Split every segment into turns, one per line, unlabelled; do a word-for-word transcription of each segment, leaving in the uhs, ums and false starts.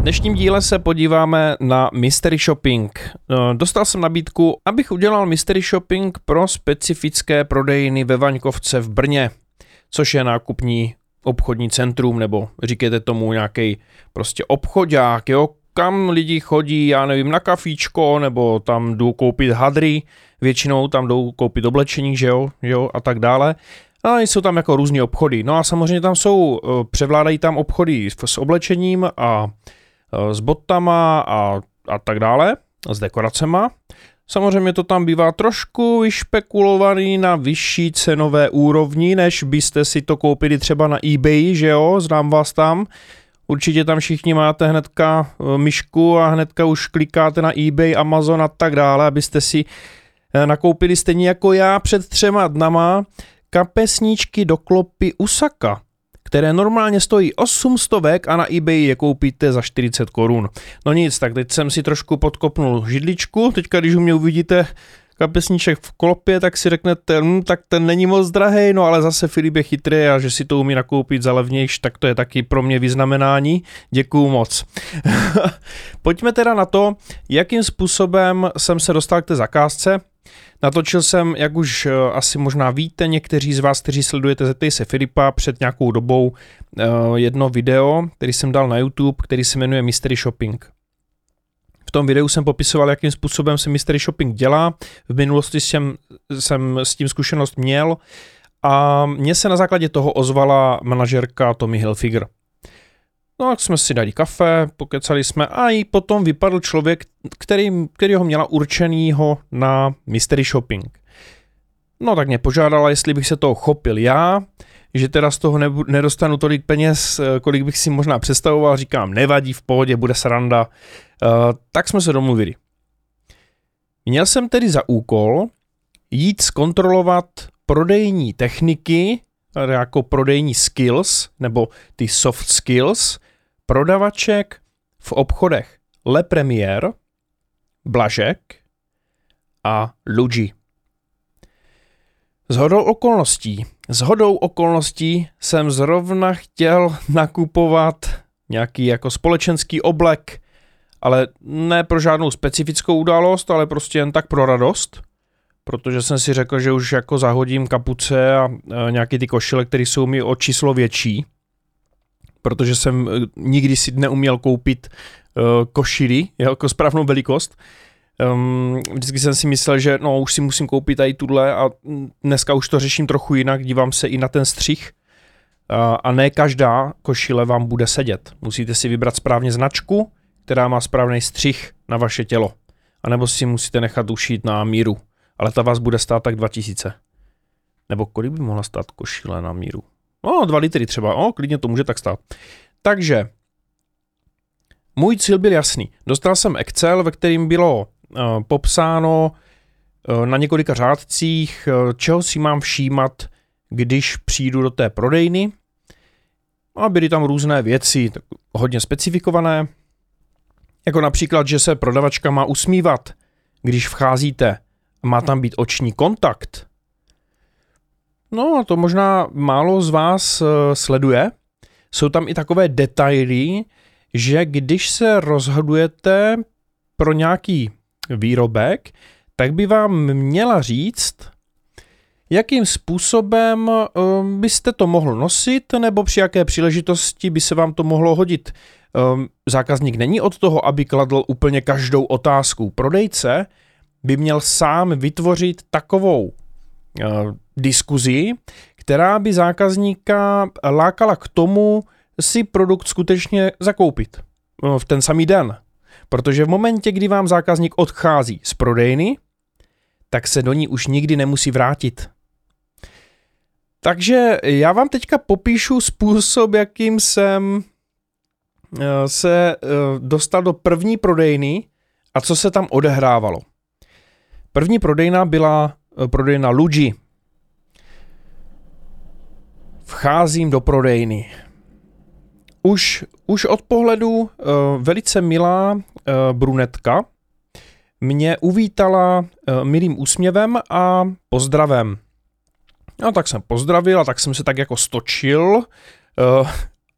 dnešním díle se podíváme na mystery shopping. Dostal jsem nabídku, abych udělal mystery shopping pro specifické prodejny ve Vaňkovce v Brně, což je nákupní obchodní centrum, nebo říkejte tomu nějaký prostě obchodák, jo, kam lidi chodí, já nevím, na kafíčko, nebo tam jdou koupit hadry, většinou tam jdou koupit oblečení, že jo, že jo, a tak dále. A jsou tam jako různý obchody. No a samozřejmě tam jsou, převládají tam obchody s oblečením a s botama a, a tak dále, s dekoracema. Samozřejmě to tam bývá trošku vyšpekulovaný na vyšší cenové úrovni, než byste si to koupili třeba na eBay, že jo, znám vás tam. Určitě tam všichni máte hnedka myšku a hnedka už klikáte na eBay, Amazon a tak dále, abyste si nakoupili stejně jako já před třema dnama kapesníčky do klopy Usaka, které normálně stojí osm stovek a na eBay je koupíte za čtyřicet korun. No nic, tak teď jsem si trošku podkopnul židličku, teďka když u mě uvidíte kapesníček v klopě, tak si řeknete, hm, tak ten není moc drahej, no ale zase Filip je chytrý a že si to umí nakoupit za levnější, tak to je taky pro mě vyznamenání. Děkuju moc. Pojďme teda na to, jakým způsobem jsem se dostal k té zakázce. Natočil jsem, jak už asi možná víte, někteří z vás, kteří sledujete Zeptej se Filipa, před nějakou dobou jedno video, který jsem dal na YouTube, který se jmenuje Mystery Shopping. V tom videu jsem popisoval, jakým způsobem se mystery shopping dělá. V minulosti jsem, jsem s tím zkušenost měl a mně se na základě toho ozvala manažerka Tommy Hilfiger. No tak jsme si dali kafe, pokecali jsme a i potom vypadl člověk, který, který ho měla určenýho na mystery shopping. No tak mě požádala, jestli bych se toho chopil já, že teda z toho nebu, nedostanu tolik peněz, kolik bych si možná představoval, říkám, nevadí, v pohodě, bude sranda. Uh, tak jsme se domluvili. Měl jsem tedy za úkol jít zkontrolovat prodejní techniky, jako prodejní skills, nebo ty soft skills, prodavaček v obchodech Le Premier, Blažek a Luigi. Shodou okolností, shodou okolností jsem zrovna chtěl nakupovat nějaký jako společenský oblek, ale ne pro žádnou specifickou událost, ale prostě jen tak pro radost, protože jsem si řekl, že už jako zahodím kapuce a nějaký ty košile, které jsou mi o číslo větší, protože jsem nikdy si neuměl koupit uh, košily jako správnou velikost. Um, vždycky jsem si myslel, že no už si musím koupit i tuhle a dneska už to řeším trochu jinak, dívám se i na ten střih uh, a ne každá košile vám bude sedět. Musíte si vybrat správně značku, která má správný střih na vaše tělo, anebo si musíte nechat ušít na míru, ale ta vás bude stát tak dva tisíce. Nebo kolik by mohla stát košile na míru? No, dva litry třeba, o, klidně to může tak stát. Takže, můj cíl byl jasný. Dostal jsem Excel, ve kterým bylo uh, popsáno uh, na několika řádcích, uh, čeho si mám všímat, když přijdu do té prodejny. A byly tam různé věci, tak hodně specifikované, jako například, že se prodavačka má usmívat, když vcházíte. Má tam být oční kontakt. No a to možná málo z vás uh, sleduje. Jsou tam i takové detaily, že když se rozhodujete pro nějaký výrobek, tak by vám měla říct, jakým způsobem uh, byste to mohl nosit, nebo při jaké příležitosti by se vám to mohlo hodit. Um, zákazník není od toho, aby kladl úplně každou otázku. Prodejce by měl sám vytvořit takovou uh, diskuzi, která by zákazníka lákala k tomu si produkt skutečně zakoupit uh, v ten samý den. Protože v momentě, kdy vám zákazník odchází z prodejny, tak se do ní už nikdy nemusí vrátit. Takže já vám teďka popíšu způsob, jakým jsem uh, se uh, dostal do první prodejny a co se tam odehrávalo. První prodejna byla prodejna Luigi. Vcházím do prodejny. Už, už od pohledu uh, velice milá uh, brunetka mě uvítala uh, milým úsměvem a pozdravem. No tak jsem pozdravil a tak jsem se tak jako stočil uh,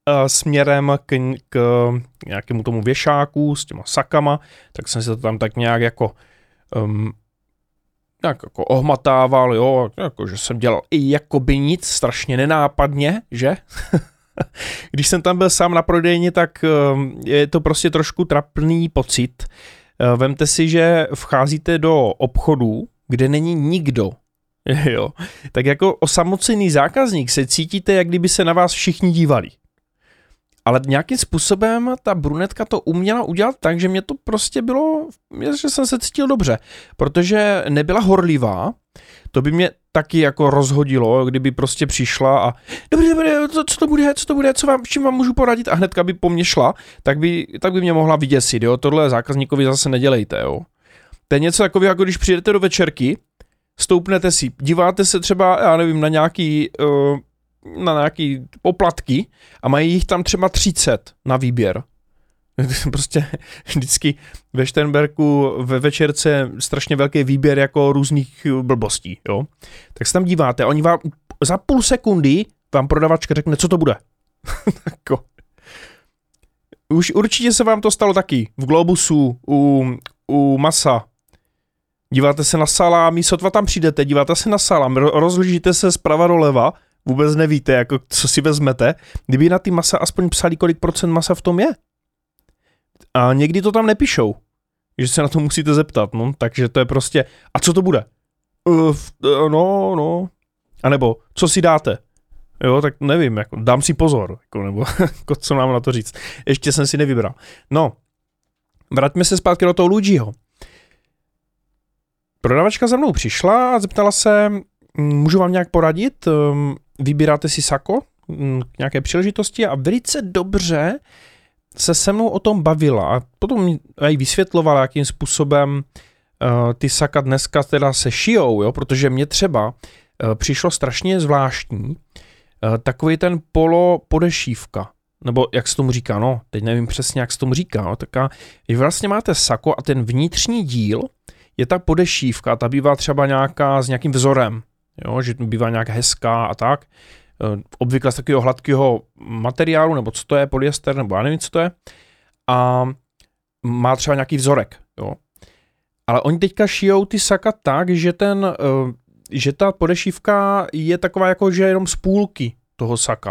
směrem k, k nějakému tomu věšáku s těma sakama, tak jsem se to tam tak nějak jako um, nějak jako ohmatával, jo, jako, že jsem dělal i jakoby nic, strašně nenápadně, že? Když jsem tam byl sám na prodejně, tak um, je to prostě trošku trapný pocit. Uh, vemte si, že vcházíte do obchodu, kde není nikdo. Jo. Tak jako osamocený zákazník se cítíte, jak kdyby se na vás všichni dívali. Ale nějakým způsobem ta brunetka to uměla udělat tak, že mě to prostě bylo, že jsem se cítil dobře, protože nebyla horlivá, to by mě taky jako rozhodilo, kdyby prostě přišla a dobrý, dobrý, co, co to bude, co to bude, co vám, čím vám můžu poradit a hnedka by po mně šla, tak by, tak by mě mohla vyděsit, jo, tohle zákazníkovi zase nedělejte, jo. To je něco takového, jako když přijdete do večerky, stoupnete si, díváte se třeba, já nevím, na nějaký, uh, na nějaký poplatky a mají jich tam třeba třicet na výběr. Prostě vždycky ve Šternberku ve večerce strašně velký výběr jako různých blbostí, jo. Tak se tam díváte a oni vám za půl sekundy vám prodavačka řekne, co to bude. Tako. Už určitě se vám to stalo taky v Globusu, u, u masa. Díváte se na salámy, sotva tam přijdete, díváte se na salám, rozhlížíte se zprava doleva, vůbec nevíte, jako, co si vezmete, kdyby na ty masa aspoň psali, kolik procent masa v tom je. A někdy to tam nepíšou, že se na to musíte zeptat, no, takže to je prostě, a co to bude? Uh, no, no, a nebo, co si dáte? Jo, tak nevím, jako, dám si pozor, jako, nebo jako, co nám na to říct. Ještě jsem si nevybral. No, vraťme se zpátky do toho Luigiho. Prodavačka za mnou přišla a zeptala se, můžu vám nějak poradit, vybíráte si sako k nějaké příležitosti a velice dobře se se mnou o tom bavila a potom jí vysvětlovala, jakým způsobem uh, ty saka dneska teda se šijou, jo, protože mě třeba uh, přišlo strašně zvláštní uh, takový ten polo podešívka, nebo jak se tomu říká, no, teď nevím přesně, jak se tomu říká, no, taká, že vlastně máte sako a ten vnitřní díl je ta podešívka, ta bývá třeba nějaká s nějakým vzorem, jo, že bývá nějak hezká a tak, obvykle z takového hladkého materiálu, nebo co to je, polyester, nebo já nevím, co to je, a má třeba nějaký vzorek, jo. Ale oni teďka šijou ty saka tak, že ten, že ta podešívka je taková jako, že jenom z půlky toho saka.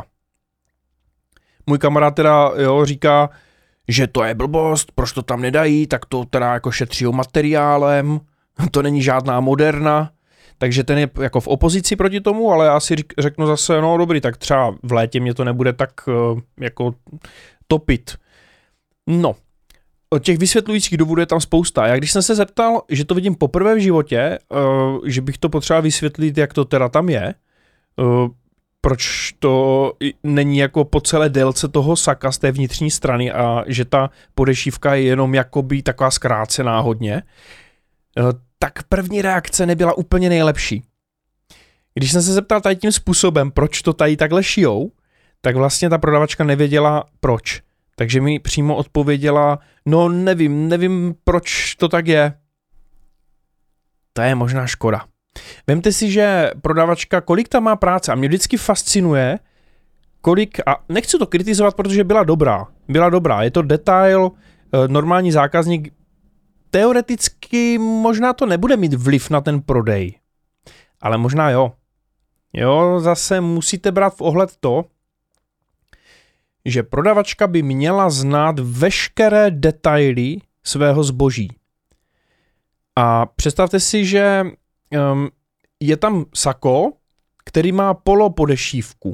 Můj kamarád teda, jo, říká, že to je blbost, proč to tam nedají, tak to teda jako šetří materiálem, to není žádná moderna, takže ten je jako v opozici proti tomu, ale já si řeknu zase, no dobrý, tak třeba v létě mě to nebude tak jako topit. No, těch vysvětlujících důvodů je tam spousta. Já když jsem se zeptal, že to vidím poprvé v životě, že bych to potřeboval vysvětlit, jak to teda tam je, proč to není jako po celé délce toho saka z té vnitřní strany a že ta podešívka je jenom jakoby taková zkrácená hodně, tak první reakce nebyla úplně nejlepší. Když jsem se zeptal tady tím způsobem, proč to tady takhle šijou, tak vlastně ta prodavačka nevěděla proč. Takže mi přímo odpověděla, no nevím, nevím proč to tak je. To je možná škoda. Vemte si, že prodavačka, kolik tam má práce a mě vždycky fascinuje, kolik, a nechci to kritizovat, protože byla dobrá, byla dobrá, je to detail, normální zákazník, teoreticky možná to nebude mít vliv na ten prodej, ale možná jo. Jo, zase musíte brát v ohled to, že prodavačka by měla znát veškeré detaily svého zboží. A představte si, že um, je tam sako, který má polo podešívku.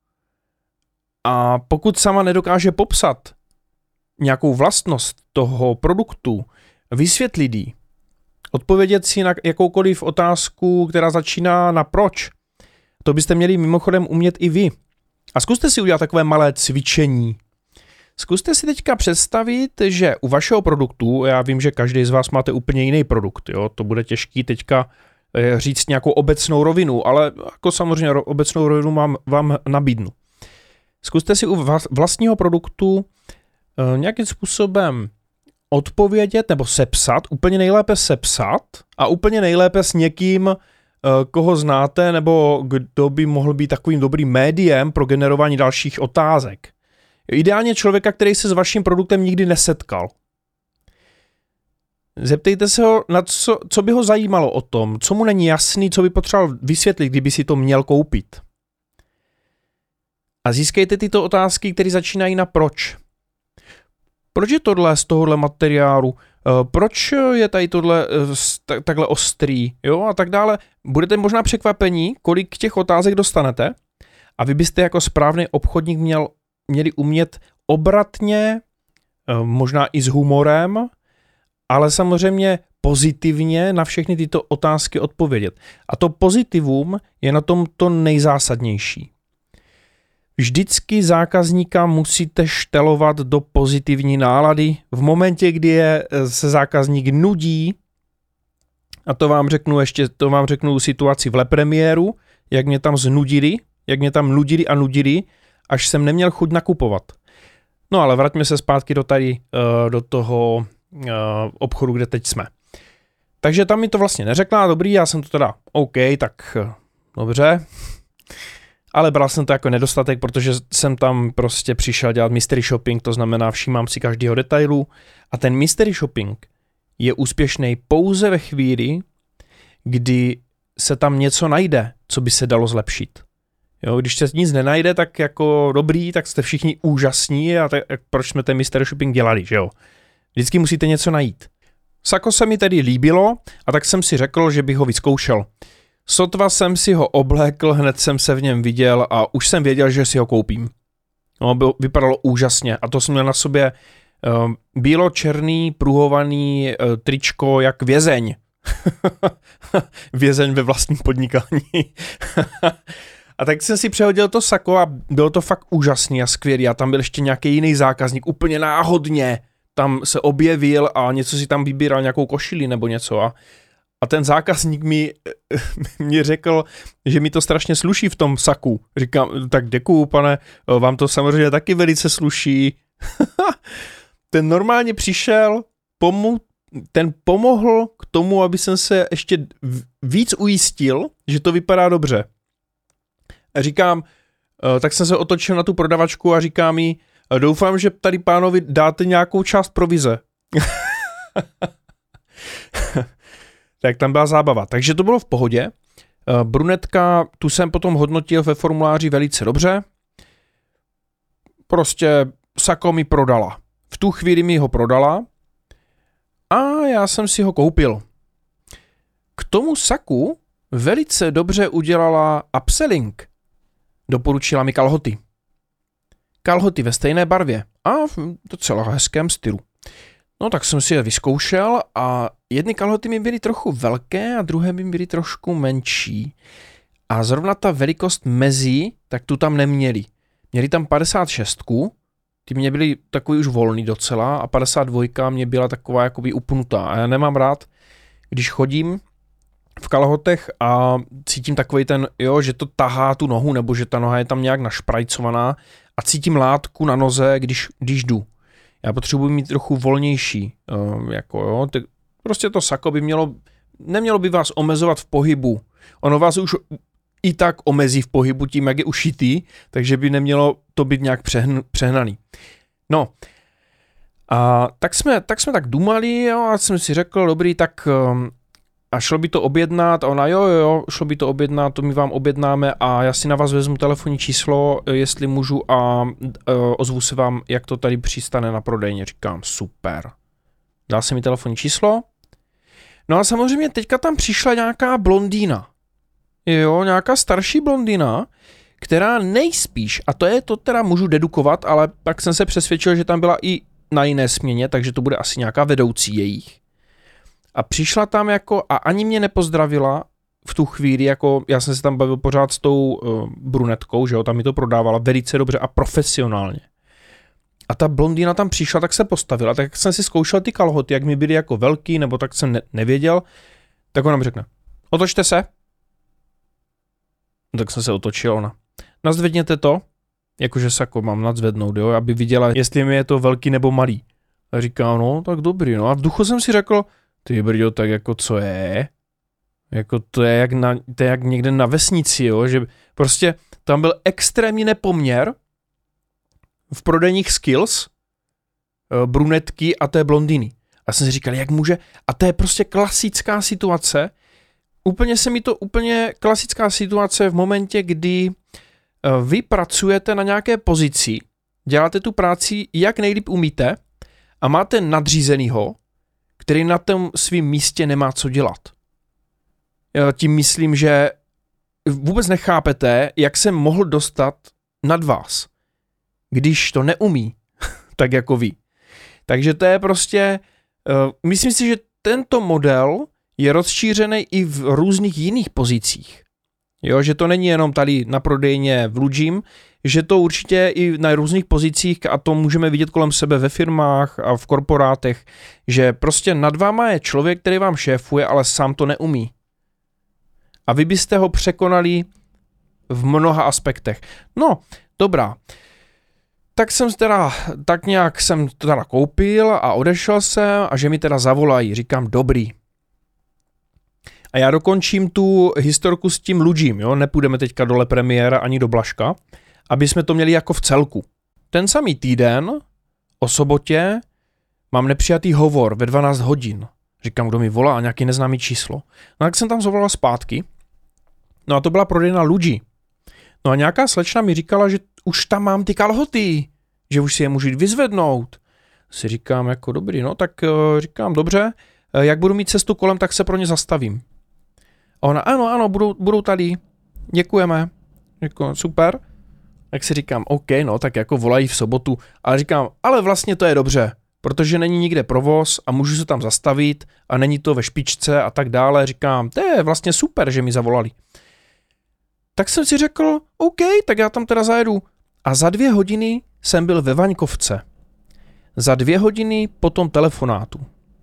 A pokud sama nedokáže popsat nějakou vlastnost toho produktu, vysvětlit jí, odpovědět si na jakoukoliv otázku, která začíná na proč, to byste měli mimochodem umět i vy. A zkuste si udělat takové malé cvičení. Zkuste si teďka představit, že u vašeho produktu, já vím, že každý z vás máte úplně jiný produkt, jo, to bude těžký teďka říct nějakou obecnou rovinu, ale jako samozřejmě obecnou rovinu vám, vám nabídnu. Zkuste si u vlastního produktu nějakým způsobem odpovědět nebo sepsat, úplně nejlépe sepsat a úplně nejlépe s někým, koho znáte nebo kdo by mohl být takovým dobrým médiem pro generování dalších otázek. Ideálně člověka, který se s vaším produktem nikdy nesetkal. Zeptejte se ho, na co, co by ho zajímalo o tom, co mu není jasný, co by potřeboval vysvětlit, kdyby si to měl koupit. A získejte tyto otázky, které začínají na proč. Proč je tohle z tohohle materiálu? Proč je tady tohle takhle ostrý? Jo, a tak dále. Budete možná překvapení, kolik těch otázek dostanete a vy byste jako správný obchodník měl, měli umět obratně, možná i s humorem, ale samozřejmě pozitivně na všechny tyto otázky odpovědět. A to pozitivum je na tom to nejzásadnější. Vždycky zákazníka musíte štelovat do pozitivní nálady. V momentě, kdy je se zákazník nudí, a to vám řeknu ještě, to vám řeknu situaci v Lepremiéru, jak mě tam znudili, jak mě tam nudili a nudili, až jsem neměl chuť nakupovat. No ale vraťme se zpátky do tady, do toho obchodu, kde teď jsme. Takže tam mi to vlastně neřekla, dobrý, já jsem to teda, OK, tak dobře, ale bral jsem to jako nedostatek, protože jsem tam prostě přišel dělat mystery shopping, to znamená všímám si každého detailu a ten mystery shopping je úspěšný pouze ve chvíli, kdy se tam něco najde, co by se dalo zlepšit. Jo, když se nic nenajde, tak jako dobrý, tak jste všichni úžasní a tak, proč jsme ten mystery shopping dělali, že jo? Vždycky musíte něco najít. Sako se mi tedy líbilo a tak jsem si řekl, že bych ho vyzkoušel. Sotva jsem si ho oblékl, hned jsem se v něm viděl a už jsem věděl, že si ho koupím. No, bylo, vypadalo úžasně a to jsem měl na sobě uh, bílo-černý, pruhovaný uh, tričko jak vězeň. Vězeň ve vlastním podnikání. A tak jsem si přehodil to sako a bylo to fakt úžasný a skvělý a tam byl ještě nějaký jiný zákazník, úplně náhodně. Tam se objevil a něco si tam vybíral, nějakou košili nebo něco a, a ten zákazník mi, mi řekl, že mi to strašně sluší v tom saku. Říkám, tak děkuju, pane, vám to samozřejmě taky velice sluší. Ten normálně přišel, pomu, ten pomohl k tomu, aby jsem se ještě víc ujistil, že to vypadá dobře. A říkám, tak jsem se otočil na tu prodavačku a říkám jí, doufám, že tady pánovi dáte nějakou část provize. Tak tam byla zábava. Takže to bylo v pohodě. Brunetka, tu jsem potom hodnotil ve formuláři velice dobře. Prostě sako mi prodala. V tu chvíli mi ho prodala a já jsem si ho koupil. K tomu saku velice dobře udělala upselling. Doporučila mi kalhoty. Kalhoty ve stejné barvě a v docela hezkém stylu. No tak jsem si je vyzkoušel a jedny kalhoty mi byly trochu velké a druhé mi byly trošku menší. A zrovna ta velikost mezi, tak tu tam neměli. Měli tam padesát šest, ty mě byly takový už volný docela a padesát dva mě byla taková jakoby upnutá. A já nemám rád, když chodím v kalhotech a cítím takovej ten, jo, že to tahá tu nohu, nebo že ta noha je tam nějak našprajcovaná a cítím látku na noze, když, když jdu. Já potřebuji mít trochu volnější, uh, jako jo, ty, prostě to sako by mělo, nemělo by vás omezovat v pohybu. Ono vás už i tak omezí v pohybu tím, jak je ušitý, takže by nemělo to být nějak přehn, přehnaný. No, a tak jsme tak, jsme tak dumali, jo, a jsem si řekl, dobrý, tak um, a šlo by to objednat a ona jo, jo, jo, šlo by to objednat, to my vám objednáme a já si na vás vezmu telefonní číslo, jestli můžu a uh, ozvu se vám, jak to tady přistane na prodejně. Říkám, super. Dal se mi telefonní číslo. No a samozřejmě teďka tam přišla nějaká blondýna. Jo, nějaká starší blondýna, která nejspíš, a to je to teda můžu dedukovat, ale pak jsem se přesvědčil, že tam byla i na jiné směně, takže to bude asi nějaká vedoucí jejich. A přišla tam jako a ani mě nepozdravila v tu chvíli, jako já jsem se tam bavil pořád s tou uh, brunetkou, že jo, tam mi to prodávala velice dobře a profesionálně. A ta blondýna tam přišla, tak se postavila, tak jsem si zkoušel ty kalhoty, jak mi byly jako velký, nebo tak jsem ne- nevěděl, tak ona mi řekne, otočte se. No, tak jsem se otočil, ona, nadzvedněte to, jakože se jako mám nadzvednout, jo, aby viděla, jestli mi je to velký nebo malý. A říká, no, tak dobrý, no a v duchu jsem si řekl, ty brďo, tak jako co je? Jako to je jak, na, to je jak někde na vesnici, jo, že prostě tam byl extrémní nepoměr v prodejních skills brunetky a té blondýny. A jsem si říkal, jak může, a to je prostě klasická situace, úplně se mi to úplně klasická situace v momentě, kdy vy pracujete na nějaké pozici, děláte tu práci, jak nejlíp umíte a máte nadřízenýho, který na tom svým místě nemá co dělat. Já tím myslím, že vůbec nechápete, jak se mohl dostat nad vás, když to neumí, tak jako vy. Takže to je prostě, uh, myslím si, že tento model je rozšířený i v různých jiných pozicích. Jo, že to není jenom tady na prodejně v Lugim, že to určitě i na různých pozicích, a to můžeme vidět kolem sebe ve firmách a v korporátech, že prostě nad váma je člověk, který vám šéfuje, ale sám to neumí. A vy byste ho překonali v mnoha aspektech. No, dobrá. Tak jsem teda, tak nějak jsem to teda koupil a odešel jsem a že mi teda zavolají. Říkám, dobrý. A já dokončím tu historku s tím Lugim, jo, nepůjdeme teďka dole premiéra ani do Blažka, aby jsme to měli jako v celku. Ten samý týden, o sobotě, mám nepřijatý hovor ve dvanáct hodin. Říkám, kdo mi volá, nějaký neznámý číslo. No tak jsem tam zavolal zpátky. No a to byla prodejna Lugi. No a nějaká slečna mi říkala, že už tam mám ty kalhoty, že už si je můžu jít vyzvednout. Si říkám, jako dobrý, no tak uh, říkám, dobře, uh, jak budu mít cestu kolem, tak se pro ně zastavím. A ona, ano, ano, budou, budou tady, děkujeme, jako super. Tak si říkám, OK, no, tak jako volají v sobotu, ale říkám, ale vlastně to je dobře, protože není nikde provoz a můžu se tam zastavit a není to ve špičce a tak dále. Říkám, to je vlastně super, že mi zavolali. Tak jsem si řekl, OK, tak já tam teda zajedu. A za dvě hodiny jsem byl ve Vaňkovce. Za dvě hodiny po tom telefonátu.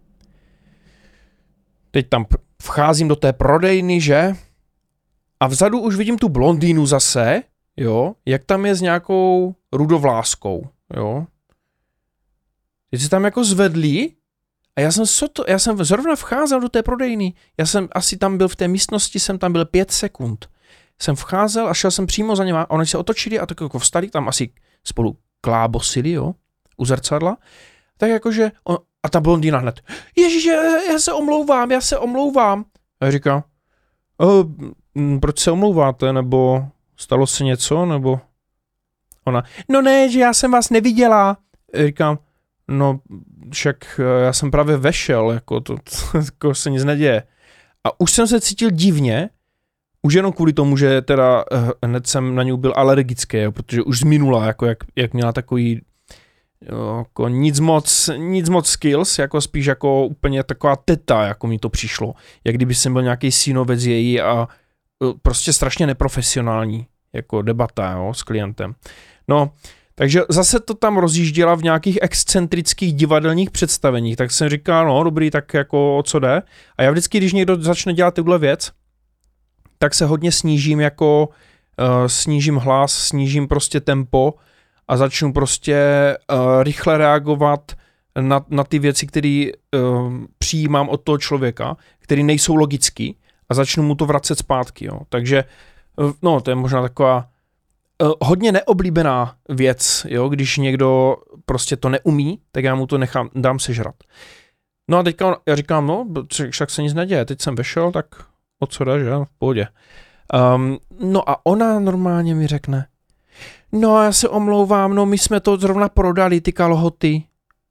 Teď tam vcházím do té prodejny, že? A vzadu už vidím tu blondýnu zase, jo, jak tam je s nějakou rudovláskou, jo. Teď se tam jako zvedli a já jsem, co to, já jsem zrovna vcházel do té prodejny. Já jsem asi tam byl v té místnosti, jsem tam byl pět sekund. Jsem vcházel a šel jsem přímo za něma a oni se otočili a tak jako vstali, tam asi spolu klábosili, jo, u zrcadla. Tak jakože, on, a ta blondýna hned, ježiš, já se omlouvám, já se omlouvám. A já říkám, proč se omlouváte, nebo stalo se něco, nebo ona, no ne, že já jsem vás neviděla. Já říkám, no však já jsem právě vešel, jako to, to jako se nic neděje. A už jsem se cítil divně, už jenom kvůli tomu, že teda hned jsem na něj byl alergický, jo, protože už z minula, jako jak, jak měla takový jo, jako nic moc, nic moc skills, jako spíš jako úplně taková teta, jako mi to přišlo. Jak kdyby jsem byl nějaký synovec její a prostě strašně neprofesionální jako debata, jo, s klientem. No, takže zase to tam rozjížděla v nějakých excentrických divadelních představeních, tak jsem říkal, no dobrý, tak jako o co jde. A já vždycky, když někdo začne dělat tuhle věc, tak se hodně snížím jako, uh, snížím hlas, snížím prostě tempo a začnu prostě uh, rychle reagovat na, na ty věci, které uh, přijímám od toho člověka, které nejsou logické a začnu mu to vracet zpátky, jo. Takže, uh, no, to je možná taková uh, hodně neoblíbená věc, jo, když někdo prostě to neumí, tak já mu to nechám, dám sežrat. No a teďka já říkám, no, však se nic neděje, teď jsem vešel, tak o co jde, že? V pohodě. Um, no a ona normálně mi řekne, no já se omlouvám, no my jsme to zrovna prodali, ty kalhoty.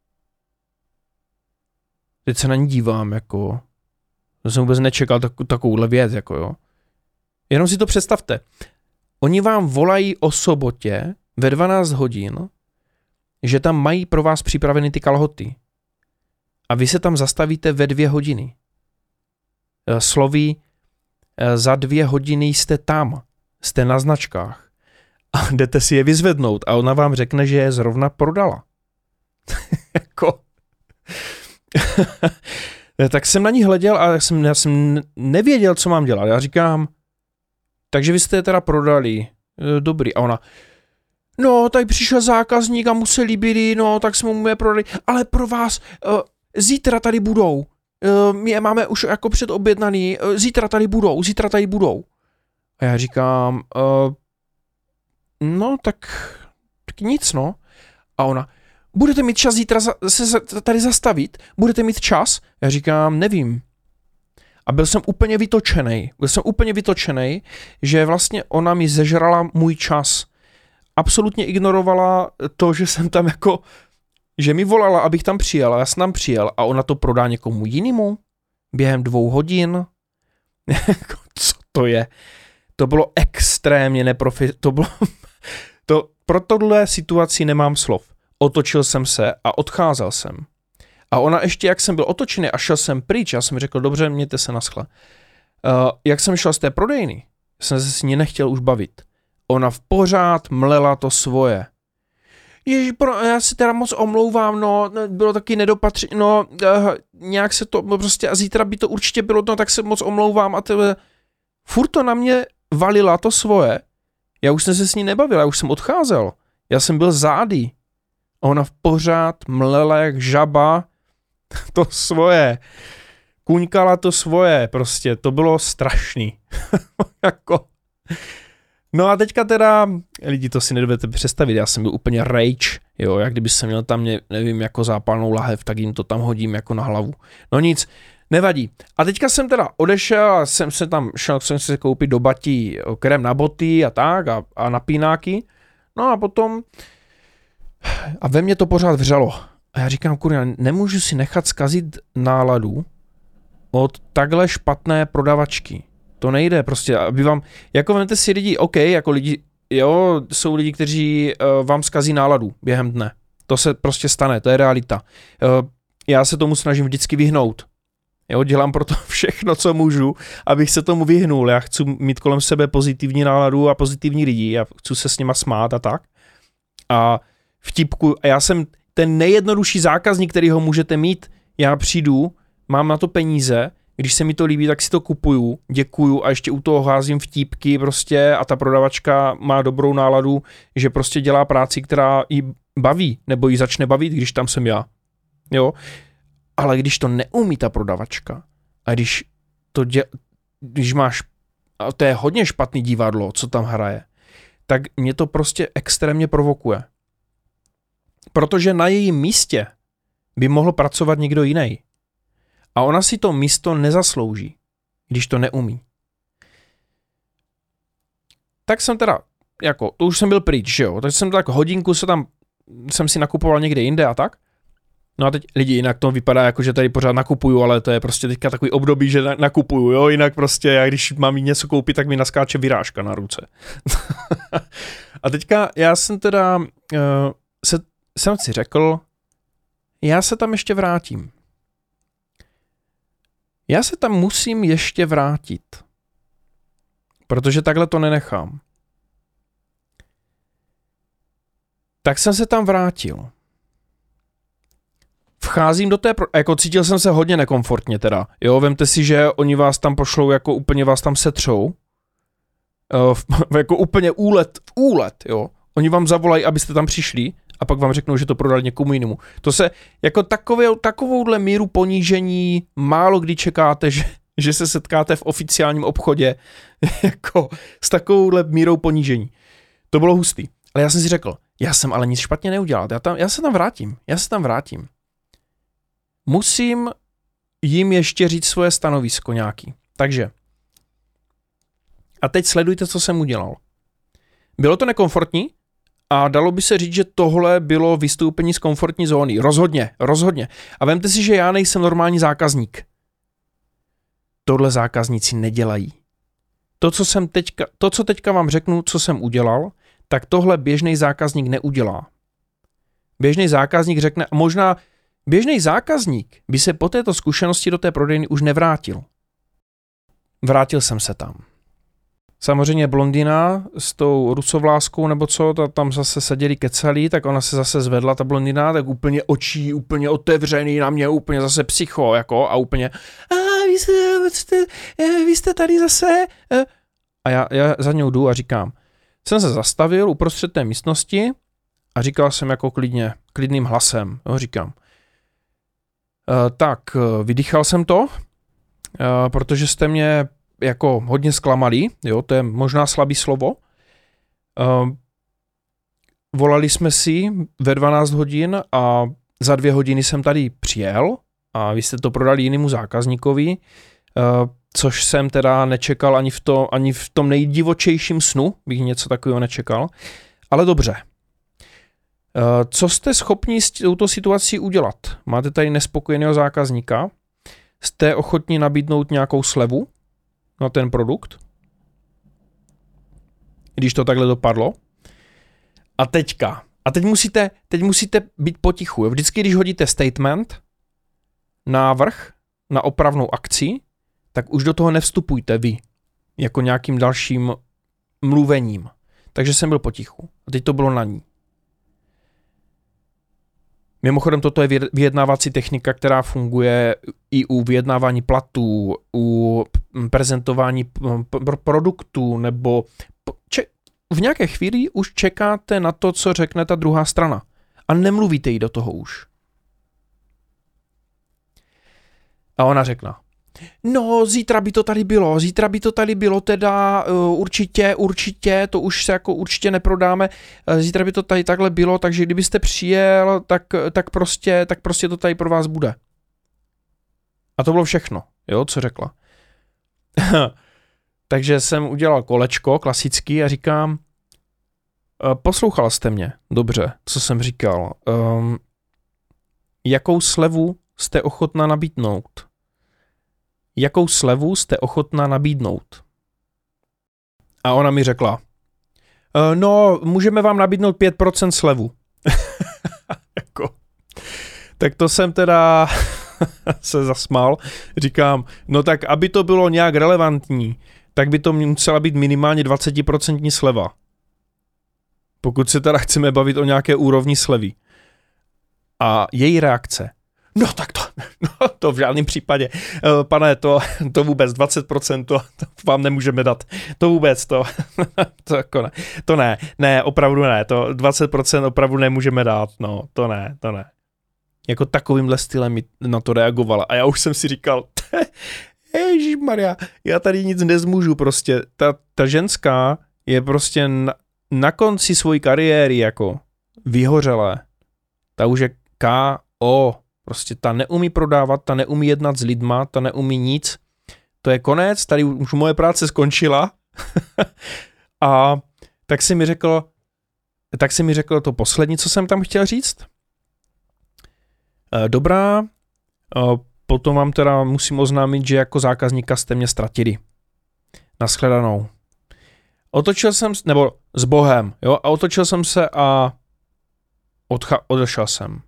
Teď se na ní dívám, jako, to jsem vůbec nečekal tak, takovouhle věc, jako jo. Jenom si to představte. Oni vám volají o sobotě ve dvanáct hodin, že tam mají pro vás připraveny ty kalhoty. A vy se tam zastavíte ve dvě hodiny. Sloví, za dvě hodiny jste tam, jste na značkách a jdete si je vyzvednout a ona vám řekne, že je zrovna prodala. Jako... Tak jsem na ní hleděl a já jsem, já jsem nevěděl, co mám dělat. Já říkám, takže vy jste je teda prodali. Dobrý. A ona, no, tady přišel zákazník a museli byli, no, tak jsme mu je prodali. Ale pro vás uh, zítra tady budou. Uh, my je máme už jako předobjednaný. Uh, zítra tady budou, zítra tady budou. A já říkám, uh, no, tak tak nic, no. A ona, budete mít čas zítra za, se tady zastavit? Budete mít čas? Já říkám, nevím. A byl jsem úplně vytočenej. Byl jsem úplně vytočenej, že vlastně ona mi zežrala můj čas. Absolutně ignorovala to, že jsem tam jako, že mi volala, abych tam přijel. A já jsem tam přijel a ona to prodá někomu jinému během dvou hodin. Co to je? To bylo extrémně neprofi... To bylo... to, pro tohle situaci nemám slov. Otočil jsem se a odcházel jsem. A ona ještě, jak jsem byl otočený a šel jsem pryč, já jsem řekl, dobře, mějte se naschle. Uh, jak jsem šel z té prodejny, jsem se s ní nechtěl už bavit. Ona v pořád mlela to svoje. Ježiš, já si teda moc omlouvám, no, bylo taky nedopatření, no, uh, nějak se to, prostě a zítra by to určitě bylo, no, tak se moc omlouvám a tebe. Furt to na mě valila to svoje. Já už jsem se s ní nebavil, já už jsem odcházel. Já jsem byl zády. A ona v pořád mlela jak žaba to svoje. Kuňkala to svoje, prostě, to bylo strašný. Jako... No a teďka teda, lidi, to si nedovedete představit, já jsem byl úplně rage, jo, jak kdyby jsem měl tam, nevím, jako zápalnou lahev, tak jim to tam hodím jako na hlavu. No nic, nevadí. A teďka jsem teda odešel a jsem se tam, šel jsem se koupit do batí krém na boty a tak a, a na pínáky. No a potom, a ve mně to pořád vřelo. A já říkám, kurňa, nemůžu si nechat zkazit náladu od takhle špatné prodavačky. To nejde prostě, aby vám, jako vemte si lidi, OK, jako lidi, jo, jsou lidi, kteří uh, vám zkazí náladu během dne. To se prostě stane, to je realita. Uh, já se tomu snažím vždycky vyhnout. Jo, dělám proto všechno, co můžu, abych se tomu vyhnul. Já chci mít kolem sebe pozitivní náladu a pozitivní lidi a chci se s nima smát a tak. A vtipku, a já jsem ten nejjednodušší zákazník, který ho můžete mít, já přijdu, mám na to peníze, když se mi to líbí, tak si to kupuju, děkuju a ještě u toho házím vtípky prostě a ta prodavačka má dobrou náladu, že prostě dělá práci, která jí baví, nebo jí začne bavit, když tam jsem já. Jo, ale když to neumí ta prodavačka a když to dě, když máš, a to je hodně špatný divadlo, co tam hraje, tak mě to prostě extrémně provokuje. Protože na jejím místě by mohl pracovat někdo jiný. A ona si to místo nezaslouží, když to neumí. Tak jsem teda, jako, to už jsem byl pryč, že jo, tak jsem tak hodinku se tam, jsem si nakupoval někde jinde a tak. No a teď lidi, jinak to vypadá jako, že tady pořád nakupuju, ale to je prostě teďka takový období, že nakupuju, jo, jinak prostě, já když mám jít něco koupit, tak mi naskáče vyrážka na ruce. A teďka já jsem teda, uh, se, jsem si řekl, já se tam ještě vrátím. Já se tam musím ještě vrátit, protože takhle to nenechám. Tak jsem se tam vrátil. Vcházím do té, pro... jako cítil jsem se hodně nekomfortně teda, jo, vemte si, že oni vás tam pošlou, jako úplně vás tam setřou, uh, jako úplně úlet, úlet, jo, oni vám zavolají, abyste tam přišli a pak vám řeknou, že to prodali někomu jinému. To se, jako takové, takovouhle míru ponížení málo kdy čekáte, že, že se setkáte v oficiálním obchodě, jako s takovouhle mírou ponížení. To bylo hustý, ale já jsem si řekl, já jsem ale nic špatně neudělal, já, tam, já se tam vrátím, já se tam vrátím. Musím jim ještě říct svoje stanovisko nějaký. Takže. A teď sledujte, co jsem udělal. Bylo to nekomfortní a dalo by se říct, že tohle bylo vystoupení z komfortní zóny. Rozhodně, rozhodně. A vemte si, že já nejsem normální zákazník. Tohle zákazníci nedělají. To, co jsem teďka, to, co teďka vám řeknu, co jsem udělal, tak tohle běžný zákazník neudělá. Běžný zákazník řekne, možná Běžný zákazník by se po této zkušenosti do té prodejny už nevrátil. Vrátil jsem se tam. Samozřejmě blondina s tou rusovláskou nebo co, ta tam zase seděli kecali, tak ona se zase zvedla, ta blondina, tak úplně očí, úplně otevřený na mě, úplně zase psycho, jako, a úplně a vy jste, jste, vy jste tady zase. A já, já za něj jdu a říkám, jsem se zastavil uprostřed té místnosti a říkal jsem jako klidně, klidným hlasem, jo, říkám, Uh, tak, vydýchal jsem to, uh, protože jste mě jako hodně zklamali, jo, to je možná slabý slovo. Uh, volali jsme si ve dvanáct hodin a za dvě hodiny jsem tady přijel a vy jste to prodali jinému zákazníkovi, což jsem teda nečekal ani v, to, ani v tom nejdivočejším snu, bych něco takového nečekal, ale dobře. Co jste schopni s touto situací udělat? Máte tady nespokojeného zákazníka, jste ochotni nabídnout nějakou slevu na ten produkt, když to takhle dopadlo. A teďka, a teď musíte, teď musíte být potichu. Jo? Vždycky, když hodíte statement, návrh na opravnou akci, tak už do toho nevstupujte vy, jako nějakým dalším mluvením. Takže jsem byl potichu. A teď to bylo na ní. Mimochodem, toto je vyjednávací technika, která funguje i u vyjednávání platů, u prezentování produktů, nebo v nějaké chvíli už čekáte na to, co řekne ta druhá strana. A nemluvíte jí do toho už. A ona řekla, no, zítra by to tady bylo, zítra by to tady bylo, teda uh, určitě, určitě, to už se jako určitě neprodáme, uh, zítra by to tady takhle bylo, takže kdybyste přijel, tak, tak, prostě, tak prostě to tady pro vás bude. A to bylo všechno, jo, co řekla. Takže jsem udělal kolečko klasický a říkám, uh, poslouchal jste mě, dobře, co jsem říkal, um, jakou slevu jste ochotná nabídnout? Jakou slevu jste ochotná nabídnout? A ona mi řekla, e, no, můžeme vám nabídnout pět procent slevu. jako. Tak to jsem teda se zasmál. Říkám, no tak aby to bylo nějak relevantní, tak by to musela být minimálně dvacet procent sleva. Pokud se teda chceme bavit o nějaké úrovni slevy. A její reakce, no tak to, no, to v žádném případě. Pane, to, to vůbec dvacet procent to, to vám nemůžeme dát. To vůbec, to, to, jako ne. to ne, ne, opravdu ne, to dvacet procent opravdu nemůžeme dát, no, to ne, to ne. Jako takovýmhle stylem mi na to reagovala a já už jsem si říkal, ježišmarja, já tady nic nezmůžu prostě. Ta, ta ženská je prostě na, na konci svojí kariéry jako vyhořelé. Ta už je K O Prostě ta neumí prodávat, ta neumí jednat s lidma, ta neumí nic. To je konec, tady už moje práce skončila. A tak si mi řekl, tak si mi řekl to poslední, co jsem tam chtěl říct. Dobrá, potom vám teda musím oznámit, že jako zákazníka jste mě ztratili. Naschledanou. Otočil jsem, nebo s Bohem, jo, a otočil jsem se a odcha- odešel jsem.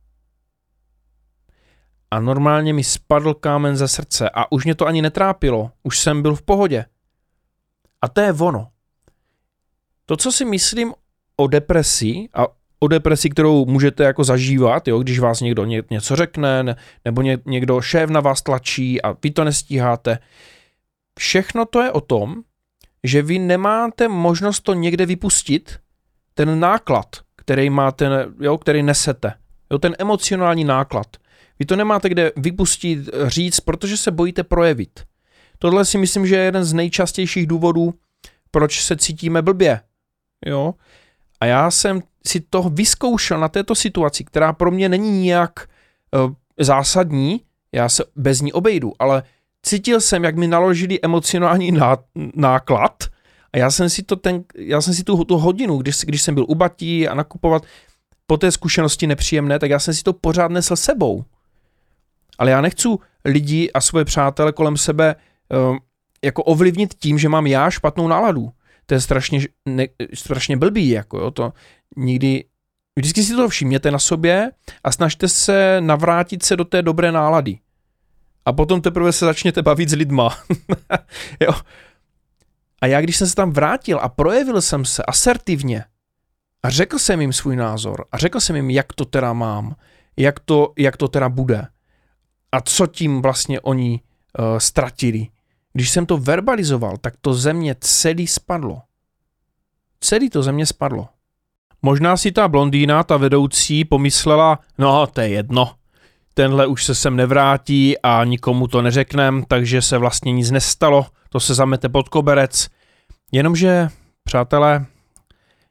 A normálně mi spadl kámen ze srdce a už mě to ani netrápilo. Už jsem byl v pohodě. A to je ono. To, co si myslím o depresi a o depresi, kterou můžete jako zažívat, jo, když vás někdo ně, něco řekne, nebo ně, někdo šéf na vás tlačí a vy to nestíháte. Všechno to je o tom, že vy nemáte možnost to někde vypustit, ten náklad, který máte, jo, který nesete. Jo, ten emocionální náklad. Vy to nemáte kde vypustit, říct, protože se bojíte projevit. Tohle si myslím, že je jeden z nejčastějších důvodů, proč se cítíme blbě. Jo? A já jsem si to vyzkoušel na této situaci, která pro mě není nijak uh, zásadní, já se bez ní obejdu, ale cítil jsem, jak mi naložili emocionální ná, náklad a já jsem si, to ten, já jsem si tu, tu hodinu, když, když jsem byl u batí a nakupovat, po té zkušenosti nepříjemné, tak já jsem si to pořád nesl sebou. Ale já nechci lidi a svoje přátele kolem sebe uh, jako ovlivnit tím, že mám já špatnou náladu. To je strašně, ne, strašně blbý, jako jo, to nikdy, vždycky si to všimněte na sobě a snažte se navrátit se do té dobré nálady. A potom teprve se začněte bavit s lidma. jo. A já, když jsem se tam vrátil a projevil jsem se asertivně a řekl jsem jim svůj názor a řekl jsem jim, jak to teda mám, jak to, jak to teda bude a co tím vlastně oni uh, ztratili. Když jsem to verbalizoval, tak to ze mě celý spadlo. Celý to ze mě spadlo. Možná si ta blondýna, ta vedoucí, pomyslela, no to je jedno, tenhle už se sem nevrátí a nikomu to neřeknem, takže se vlastně nic nestalo, to se zamete pod koberec. Jenomže, přátelé,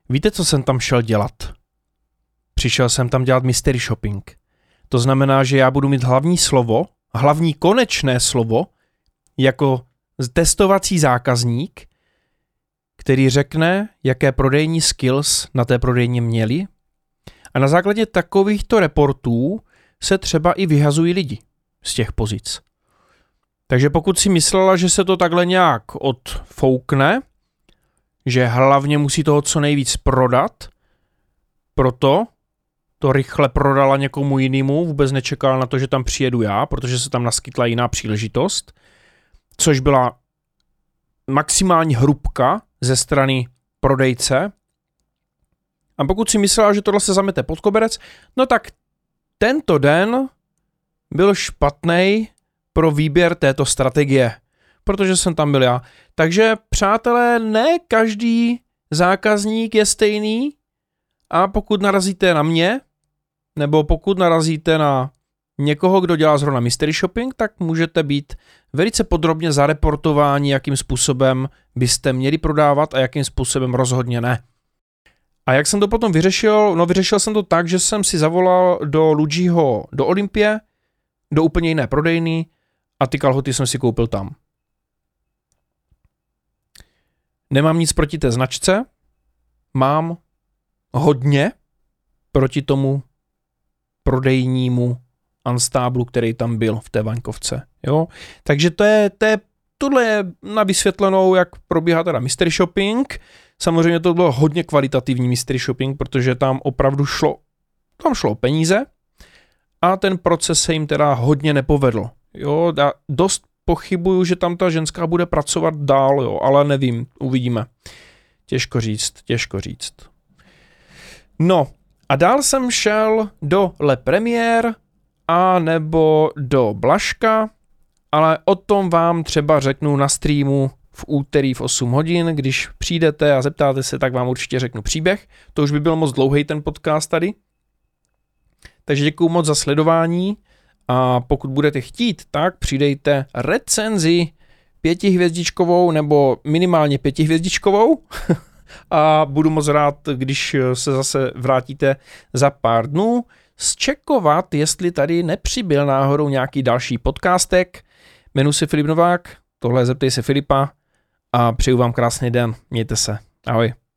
Víte, co jsem tam šel dělat? Přišel jsem tam dělat mystery shopping. To znamená, že já budu mít hlavní slovo, hlavní konečné slovo, jako testovací zákazník, který řekne, jaké prodejní skills na té prodejně měli. A na základě takovýchto reportů se třeba i vyhazují lidi z těch pozic. Takže pokud si myslela, že se to takhle nějak odfoukne, že hlavně musí toho co nejvíc prodat, proto to rychle prodala někomu jinému, vůbec nečekala na to, že tam přijedu já, protože se tam naskytla jiná příležitost, což byla maximální hrubka ze strany prodejce. A pokud si myslela, že tohle se zamete pod koberec, no tak tento den byl špatný pro výběr této strategie, protože jsem tam byl já. Takže přátelé, ne každý zákazník je stejný a pokud narazíte na mě, nebo pokud narazíte na někoho, kdo dělá zrovna mystery shopping, tak můžete být velice podrobně zareportováni, jakým způsobem byste měli prodávat a jakým způsobem rozhodně ne. A jak jsem to potom vyřešil? No vyřešil jsem to tak, že jsem si zavolal do Luigiho, do Olympie, do úplně jiné prodejny a ty kalhoty jsem si koupil tam. Nemám nic proti té značce, mám hodně proti tomu prodejnímu anstáblu, který tam byl v té Vaňkovce. Jo? Takže to je, to je, tohle je na vysvětlenou, jak probíhá teda mystery shopping. Samozřejmě to bylo hodně kvalitativní mystery shopping, protože tam opravdu šlo, tam šlo peníze a ten proces se jim teda hodně nepovedl. Jo? Já dost pochybuju, že tam ta ženská bude pracovat dál, jo? Ale nevím, uvidíme. Těžko říct, těžko říct. No a dál jsem šel do Le Première a nebo do Blažka, ale o tom vám třeba řeknu na streamu v úterý v osm hodin, když přijdete a zeptáte se, tak vám určitě řeknu příběh. To už by byl moc dlouhý ten podcast tady. Takže děkuju moc za sledování a pokud budete chtít, tak přidejte recenzi pětihvězdičkovou nebo minimálně pětihvězdičkovou a budu moc rád, když se zase vrátíte za pár dnů zčekovat, jestli tady nepřibyl náhodou nějaký další podcastek. Jmenuji se Filip Novák, tohle je Zeptej se Filipa a přeju vám krásný den. Mějte se. Ahoj.